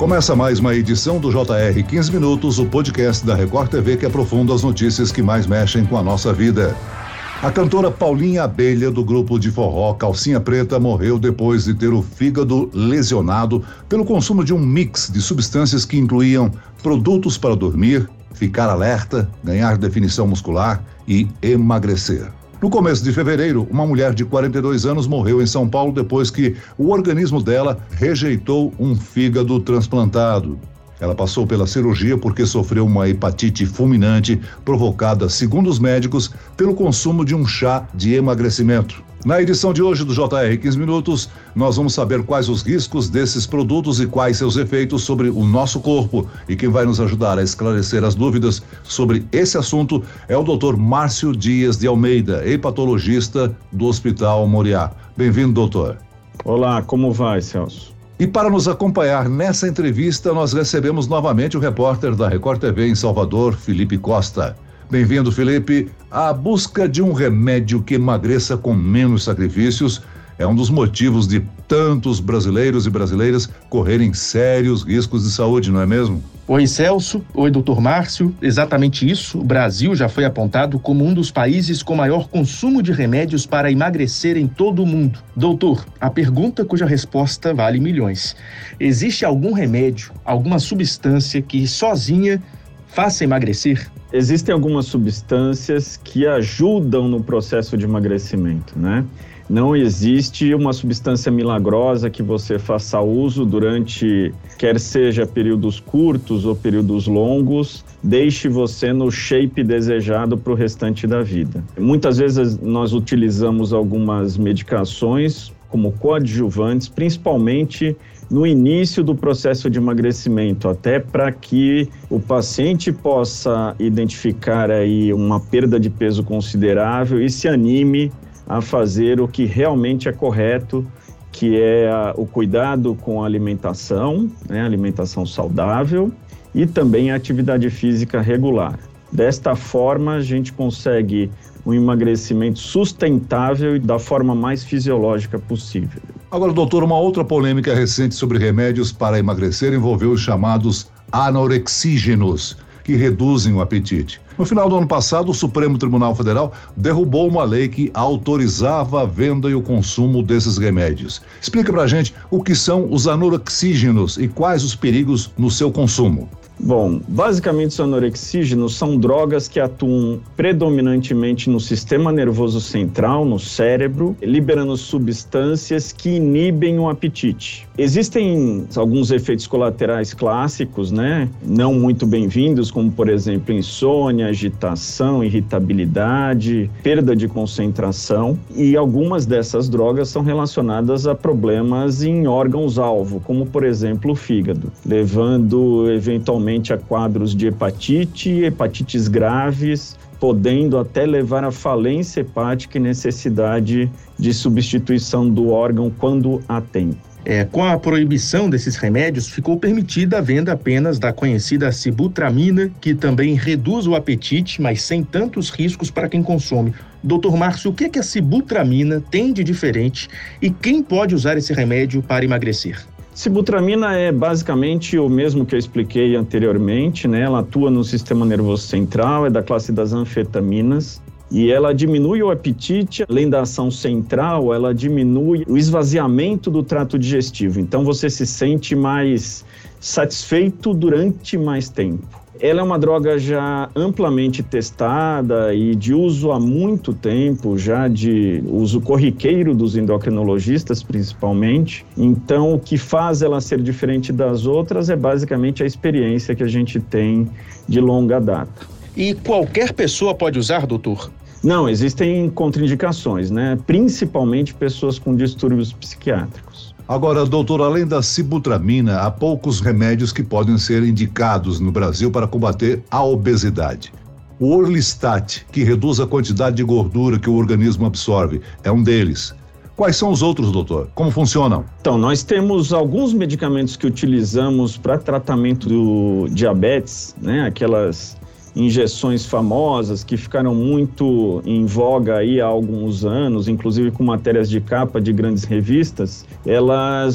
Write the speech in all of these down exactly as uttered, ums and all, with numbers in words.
Começa mais uma edição do J R quinze Minutos, o podcast da Record T V que aprofunda as notícias que mais mexem com a nossa vida. A cantora Paulinha Abelha, do grupo de forró Calcinha Preta, morreu depois de ter o fígado lesionado pelo consumo de um mix de substâncias que incluíam produtos para dormir, ficar alerta, ganhar definição muscular e emagrecer. No começo de fevereiro, uma mulher de quarenta e dois anos morreu em São Paulo depois que o organismo dela rejeitou um fígado transplantado. Ela passou pela cirurgia porque sofreu uma hepatite fulminante provocada, segundo os médicos, pelo consumo de um chá de emagrecimento. Na edição de hoje do J R quinze Minutos, nós vamos saber quais os riscos desses produtos e quais seus efeitos sobre o nosso corpo. E quem vai nos ajudar a esclarecer as dúvidas sobre esse assunto é o doutor Márcio Dias de Almeida, hepatologista do Hospital Moriá. Bem-vindo, doutor. Olá, como vai, Celso? E para nos acompanhar nessa entrevista, nós recebemos novamente o repórter da Record T V em Salvador, Felipe Costa. Bem-vindo, Felipe. A busca de um remédio que emagreça com menos sacrifícios é um dos motivos de tantos brasileiros e brasileiras correrem sérios riscos de saúde, não é mesmo? Oi, Celso. Oi, doutor Márcio. Exatamente isso. O Brasil já foi apontado como um dos países com maior consumo de remédios para emagrecer em todo o mundo. Doutor, a pergunta cuja resposta vale milhões. Existe algum remédio, alguma substância que sozinha faça emagrecer? Existem algumas substâncias que ajudam no processo de emagrecimento, né? Não existe uma substância milagrosa que você faça uso durante, quer seja períodos curtos ou períodos longos, deixe você no shape desejado para o restante da vida. Muitas vezes nós utilizamos algumas medicações como coadjuvantes, principalmente no início do processo de emagrecimento, até para que o paciente possa identificar aí uma perda de peso considerável e se anime a fazer o que realmente é correto, que é a, o cuidado com a alimentação, né, alimentação saudável e também a atividade física regular. Desta forma, a gente consegue um emagrecimento sustentável e da forma mais fisiológica possível. Agora, doutor, uma outra polêmica recente sobre remédios para emagrecer envolveu os chamados anorexígenos, que reduzem o apetite. No final do ano passado, o Supremo Tribunal Federal derrubou uma lei que autorizava a venda e o consumo desses remédios. Explica pra gente o que são os anorexígenos e quais os perigos no seu consumo. Bom, basicamente os anorexígenos são drogas que atuam predominantemente no sistema nervoso central, no cérebro, liberando substâncias que inibem o apetite. Existem alguns efeitos colaterais clássicos, né? Não muito bem-vindos, como por exemplo insônia, agitação, irritabilidade, perda de concentração, e algumas dessas drogas são relacionadas a problemas em órgãos-alvo, como por exemplo o fígado, levando eventualmente a quadros de hepatite, hepatites graves, podendo até levar à falência hepática e necessidade de substituição do órgão quando há tempo. É, com a proibição desses remédios, ficou permitida a venda apenas da conhecida sibutramina, que também reduz o apetite, mas sem tantos riscos para quem consome. doutor Márcio, o que é que a sibutramina tem de diferente e quem pode usar esse remédio para emagrecer? Sibutramina é basicamente o mesmo que eu expliquei anteriormente, né? Ela atua no sistema nervoso central, é da classe das anfetaminas e ela diminui o apetite, além da ação central, ela diminui o esvaziamento do trato digestivo. Então você se sente mais satisfeito durante mais tempo. Ela é uma droga já amplamente testada e de uso há muito tempo, já de uso corriqueiro dos endocrinologistas principalmente. Então, o que faz ela ser diferente das outras é basicamente a experiência que a gente tem de longa data. E qualquer pessoa pode usar, doutor? Não, existem contraindicações, né? Principalmente pessoas com distúrbios psiquiátricos. Agora, doutor, além da sibutramina, há poucos remédios que podem ser indicados no Brasil para combater a obesidade. O Orlistat, que reduz a quantidade de gordura que o organismo absorve, é um deles. Quais são os outros, doutor? Como funcionam? Então, nós temos alguns medicamentos que utilizamos para tratamento do diabetes, né? Aquelas injeções famosas que ficaram muito em voga aí há alguns anos, inclusive com matérias de capa de grandes revistas. Elas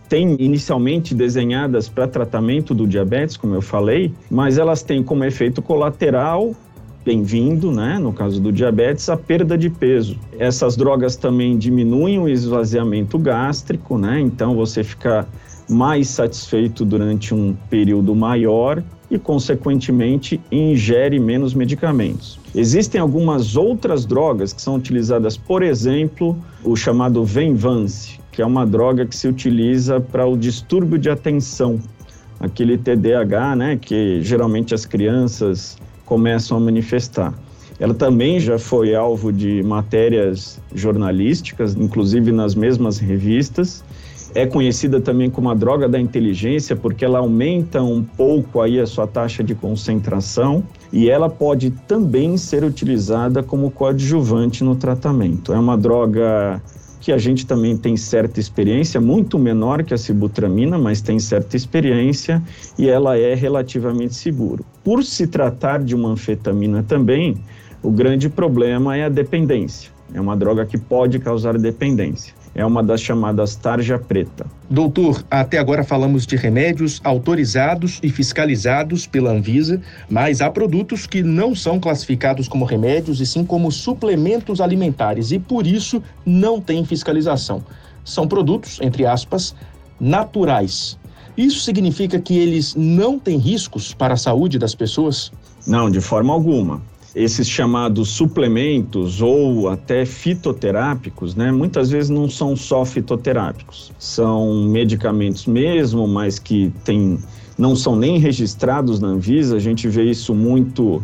têm inicialmente desenhadas para tratamento do diabetes, como eu falei, mas elas têm como efeito colateral, bem-vindo, né, no caso do diabetes, a perda de peso. Essas drogas também diminuem o esvaziamento gástrico, né, então você fica mais satisfeito durante um período maior e, consequentemente, ingere menos medicamentos. Existem algumas outras drogas que são utilizadas, por exemplo, o chamado Venvance, que é uma droga que se utiliza para o distúrbio de atenção, aquele T D A H, né, que geralmente as crianças começam a manifestar. Ela também já foi alvo de matérias jornalísticas, inclusive nas mesmas revistas. É conhecida também como a droga da inteligência, porque ela aumenta um pouco aí a sua taxa de concentração e ela pode também ser utilizada como coadjuvante no tratamento. É uma droga que a gente também tem certa experiência, muito menor que a sibutramina, mas tem certa experiência e ela é relativamente segura. Por se tratar de uma anfetamina também, o grande problema é a dependência. É uma droga que pode causar dependência. É uma das chamadas tarja preta. Doutor, até agora falamos de remédios autorizados e fiscalizados pela Anvisa, mas há produtos que não são classificados como remédios e sim como suplementos alimentares e por isso não têm fiscalização. São produtos, entre aspas, naturais. Isso significa que eles não têm riscos para a saúde das pessoas? Não, de forma alguma. Esses chamados suplementos ou até fitoterápicos, né, muitas vezes não são só fitoterápicos, são medicamentos mesmo, mas que tem, não são nem registrados na Anvisa. A gente vê isso muito,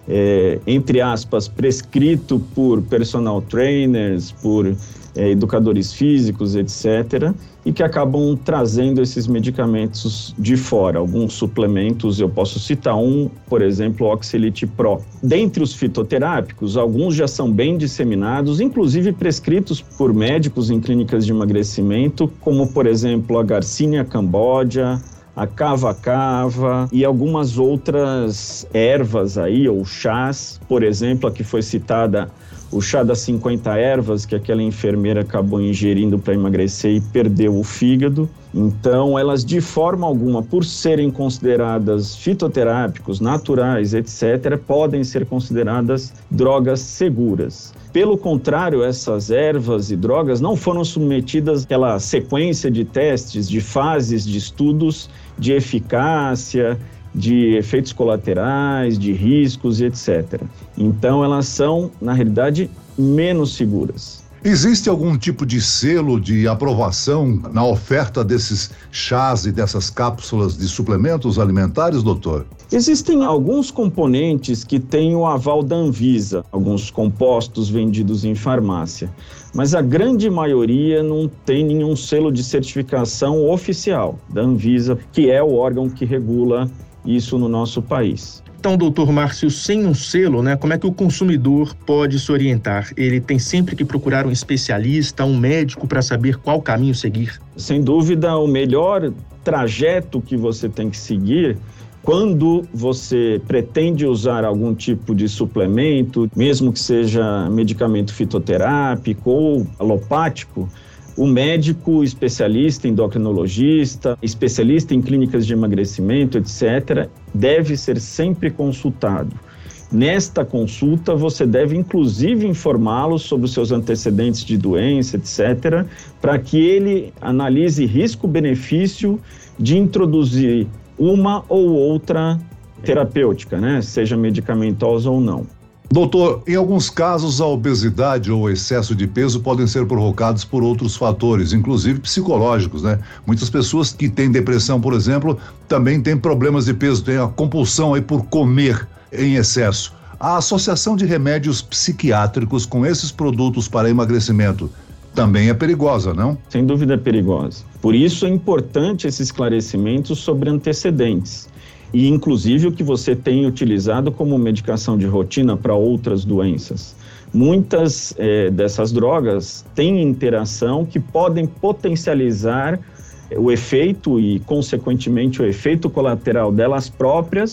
é, entre aspas, prescrito por personal trainers, por é, educadores físicos, etcétera, e que acabam trazendo esses medicamentos de fora. Alguns suplementos, eu posso citar um, por exemplo, o Oxalate Pro. Dentre os fitoterápicos, alguns já são bem disseminados, inclusive prescritos por médicos em clínicas de emagrecimento, como, por exemplo, a Garcinia cambogia, a cava-cava e algumas outras ervas aí, ou chás, por exemplo, a que foi citada, o chá das cinquenta ervas, que aquela enfermeira acabou ingerindo para emagrecer e perdeu o fígado. Então, elas de forma alguma, por serem consideradas fitoterápicos, naturais, etcétera, podem ser consideradas drogas seguras. Pelo contrário, essas ervas e drogas não foram submetidas àquela sequência de testes, de fases de estudos de eficácia, de efeitos colaterais, de riscos, etcétera. Então, elas são, na realidade, menos seguras. Existe algum tipo de selo de aprovação na oferta desses chás e dessas cápsulas de suplementos alimentares, doutor? Existem alguns componentes que têm o aval da Anvisa, alguns compostos vendidos em farmácia, mas a grande maioria não tem nenhum selo de certificação oficial da Anvisa, que é o órgão que regula isso no nosso país. Então, doutor Márcio, sem um selo, né, como é que o consumidor pode se orientar? Ele tem sempre que procurar um especialista, um médico para saber qual caminho seguir? Sem dúvida, o melhor trajeto que você tem que seguir quando você pretende usar algum tipo de suplemento, mesmo que seja medicamento fitoterápico ou alopático, o médico especialista, endocrinologista, especialista em clínicas de emagrecimento, etcétera, deve ser sempre consultado. Nesta consulta, você deve inclusive informá-lo sobre os seus antecedentes de doença, etcétera, para que ele analise risco-benefício de introduzir uma ou outra terapêutica, né? Seja medicamentosa ou não. Doutor, em alguns casos a obesidade ou excesso de peso podem ser provocados por outros fatores, inclusive psicológicos, né? Muitas pessoas que têm depressão, por exemplo, também têm problemas de peso, têm a compulsão aí por comer em excesso. A associação de remédios psiquiátricos com esses produtos para emagrecimento também é perigosa, não? Sem dúvida é perigosa. Por isso é importante esse esclarecimento sobre antecedentes. E, inclusive, o que você tem utilizado como medicação de rotina para outras doenças. Muitas eh, dessas drogas têm interação que podem potencializar o efeito e, consequentemente, o efeito colateral delas próprias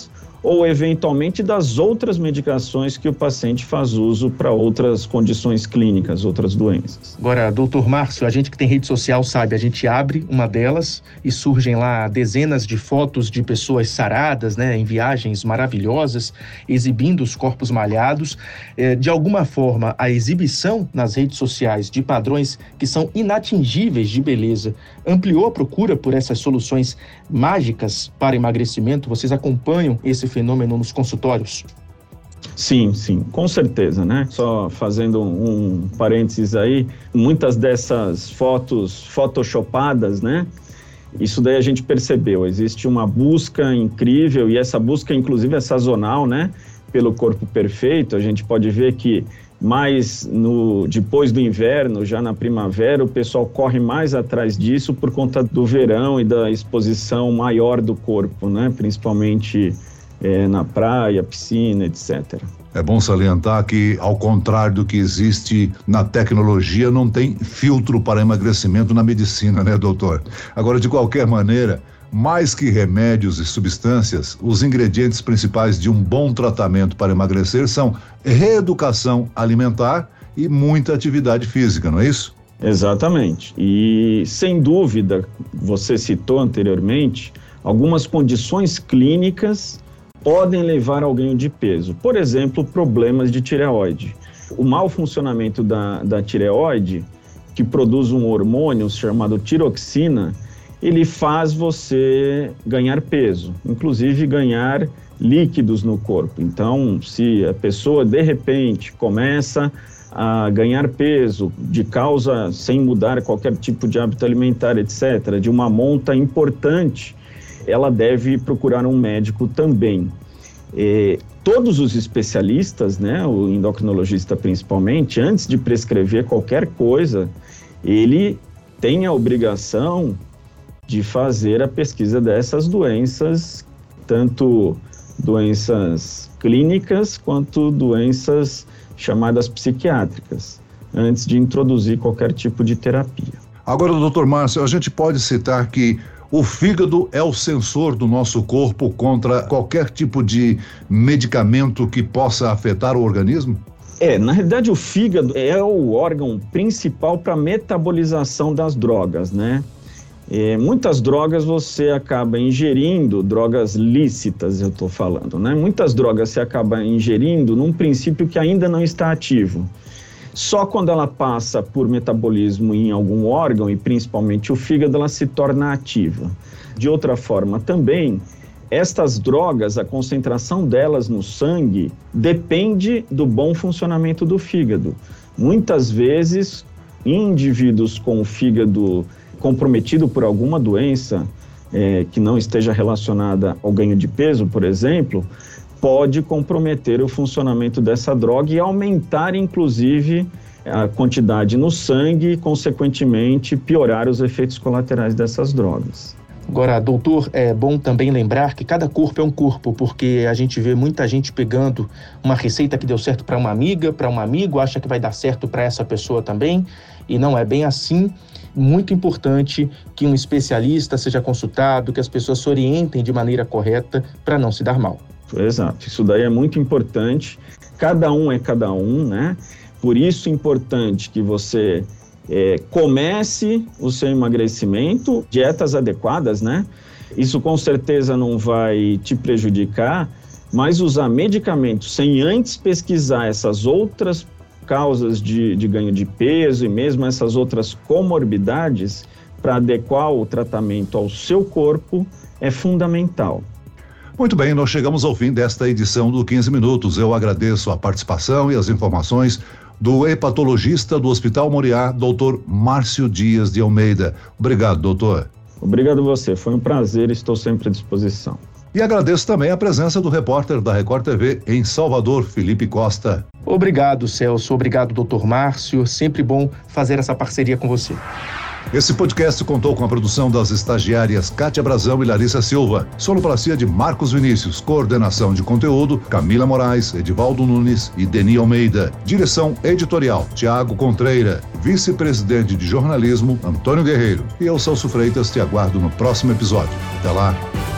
ou eventualmente das outras medicações que o paciente faz uso para outras condições clínicas, outras doenças. Agora, doutor Márcio, a gente que tem rede social sabe, a gente abre uma delas e surgem lá dezenas de fotos de pessoas saradas, né, em viagens maravilhosas, exibindo os corpos malhados. É, de alguma forma, a exibição nas redes sociais de padrões que são inatingíveis de beleza ampliou a procura por essas soluções mágicas para emagrecimento? Vocês acompanham esse fenômeno nos consultórios? Sim, sim, com certeza, né? Só fazendo um parênteses aí, muitas dessas fotos photoshopadas, né? Isso daí a gente percebeu, existe uma busca incrível e essa busca inclusive é sazonal, né? Pelo corpo perfeito, a gente pode ver que mais no, depois do inverno, já na primavera, o pessoal corre mais atrás disso por conta do verão e da exposição maior do corpo, né? Principalmente É, na praia, piscina, etcétera. É bom salientar que, ao contrário do que existe na tecnologia, não tem filtro para emagrecimento na medicina, né, doutor? Agora, de qualquer maneira, mais que remédios e substâncias, os ingredientes principais de um bom tratamento para emagrecer são reeducação alimentar e muita atividade física, não é isso? Exatamente. E, sem dúvida, você citou anteriormente, algumas condições clínicas podem levar ao ganho de peso. Por exemplo, problemas de tireoide. O mau funcionamento da, da tireoide, que produz um hormônio chamado tiroxina, ele faz você ganhar peso, inclusive ganhar líquidos no corpo. Então, se a pessoa, de repente, começa a ganhar peso de causa, sem mudar qualquer tipo de hábito alimentar, etcétera, de uma monta importante, ela deve procurar um médico também. E todos os especialistas, né, o endocrinologista principalmente, antes de prescrever qualquer coisa, ele tem a obrigação de fazer a pesquisa dessas doenças, tanto doenças clínicas quanto doenças chamadas psiquiátricas, antes de introduzir qualquer tipo de terapia. Agora, doutor Márcio, a gente pode citar que o fígado é o sensor do nosso corpo contra qualquer tipo de medicamento que possa afetar o organismo? É, na realidade o fígado é o órgão principal para a metabolização das drogas, né? É, muitas drogas você acaba ingerindo, drogas lícitas eu estou falando, né? Muitas drogas você acaba ingerindo num princípio que ainda não está ativo. Só quando ela passa por metabolismo em algum órgão, e principalmente o fígado, ela se torna ativa. De outra forma também, estas drogas, a concentração delas no sangue depende do bom funcionamento do fígado. Muitas vezes, indivíduos com o fígado comprometido por alguma doença é, que não esteja relacionada ao ganho de peso, por exemplo, pode comprometer o funcionamento dessa droga e aumentar, inclusive, a quantidade no sangue e, consequentemente, piorar os efeitos colaterais dessas drogas. Agora, doutor, é bom também lembrar que cada corpo é um corpo, porque a gente vê muita gente pegando uma receita que deu certo para uma amiga, para um amigo, acha que vai dar certo para essa pessoa também, e não é bem assim. Muito importante que um especialista seja consultado, que as pessoas se orientem de maneira correta para não se dar mal. Exato, isso daí é muito importante, cada um é cada um, né? Por isso é importante que você é, comece o seu emagrecimento, dietas adequadas, né? Isso com certeza não vai te prejudicar, mas usar medicamentos sem antes pesquisar essas outras causas de, de ganho de peso e mesmo essas outras comorbidades para adequar o tratamento ao seu corpo é fundamental. Muito bem, nós chegamos ao fim desta edição do quinze Minutos. Eu agradeço a participação e as informações do hepatologista do Hospital Moriá, doutor Márcio Dias de Almeida. Obrigado, doutor. Obrigado a você, foi um prazer, estou sempre à disposição. E agradeço também a presença do repórter da Record T V em Salvador, Felipe Costa. Obrigado, Celso. Obrigado, doutor Márcio. Sempre bom fazer essa parceria com você. Esse podcast contou com a produção das estagiárias Kátia Brazão e Larissa Silva, sonoplastia de Marcos Vinícius, coordenação de conteúdo Camila Moraes, Edivaldo Nunes e Deni Almeida, direção editorial Tiago Contreira, vice-presidente de jornalismo Antônio Guerreiro. E eu, Celso Freitas, te aguardo no próximo episódio. Até lá!